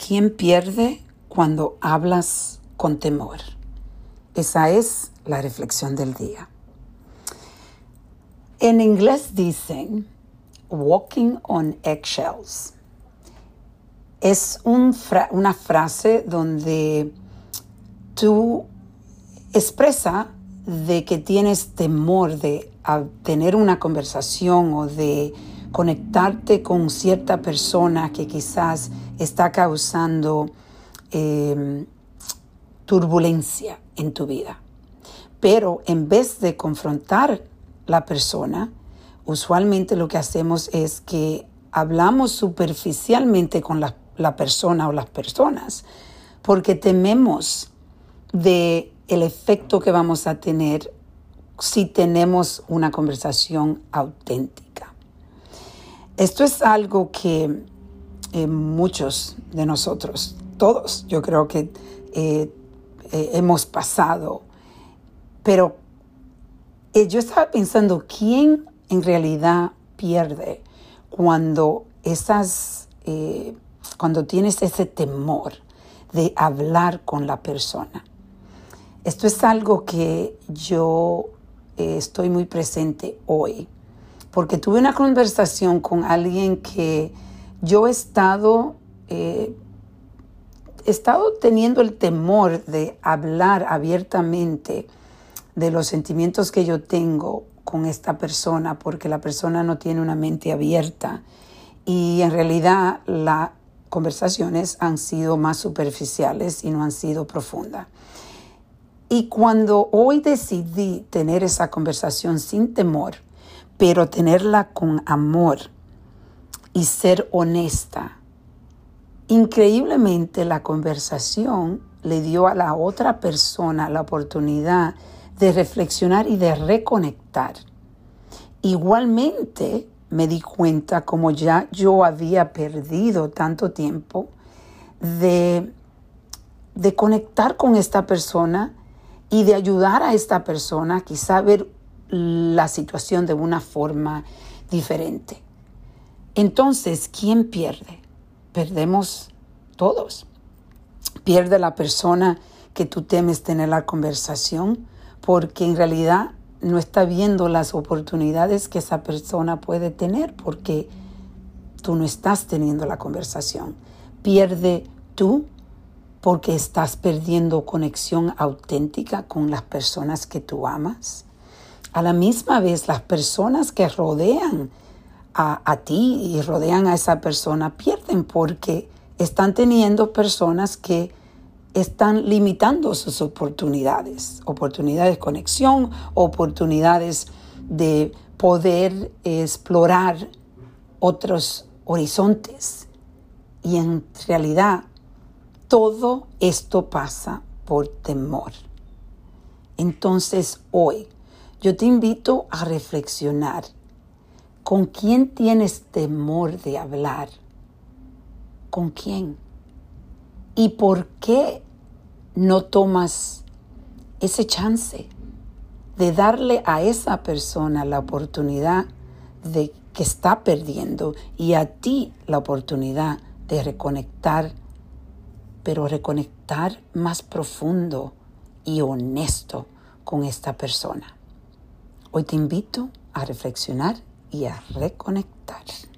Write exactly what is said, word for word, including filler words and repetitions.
¿Quién pierde cuando hablas con temor? Esa es la reflexión del día. En inglés dicen walking on eggshells. Es un fra- una frase donde tú expresas de que tienes temor de tener una conversación o de conectarte con cierta persona que quizás está causando eh, turbulencia en tu vida. Pero en vez de confrontar la persona, usualmente lo que hacemos es que hablamos superficialmente con la, la persona o las personas porque tememos de el efecto que vamos a tener si tenemos una conversación auténtica. Esto es algo que eh, muchos de nosotros, todos, yo creo que eh, eh, hemos pasado. Pero eh, yo estaba pensando, ¿quién en realidad pierde cuando, esas, eh, cuando tienes ese temor de hablar con la persona? Esto es algo que yo eh, estoy muy presente hoy, porque tuve una conversación con alguien que yo he estado, eh, he estado teniendo el temor de hablar abiertamente de los sentimientos que yo tengo con esta persona, porque la persona no tiene una mente abierta y en realidad las conversaciones han sido más superficiales y no han sido profundas. Y cuando hoy decidí tener esa conversación sin temor, pero tenerla con amor y ser honesta, increíblemente la conversación le dio a la otra persona la oportunidad de reflexionar y de reconectar. Igualmente me di cuenta, como ya yo había perdido tanto tiempo, de, de conectar con esta persona y de ayudar a esta persona quizá a ver la situación de una forma diferente. Entonces, ¿quién pierde? Perdemos todos. Pierde la persona que tú temes tener la conversación porque en realidad no está viendo las oportunidades que esa persona puede tener porque tú no estás teniendo la conversación. Pierde tú porque estás perdiendo conexión auténtica con las personas que tú amas. A la misma vez, las personas que rodean a, a ti y rodean a esa persona pierden porque están teniendo personas que están limitando sus oportunidades, oportunidades de conexión, oportunidades de poder explorar otros horizontes. Y en realidad, todo esto pasa por temor. Entonces, hoy, yo te invito a reflexionar. ¿Con quién tienes temor de hablar? ¿Con quién? ¿Y por qué no tomas ese chance de darle a esa persona la oportunidad de que está perdiendo y a ti la oportunidad de reconectar, pero reconectar más profundo y honesto con esta persona? Hoy te invito a reflexionar y a reconectar.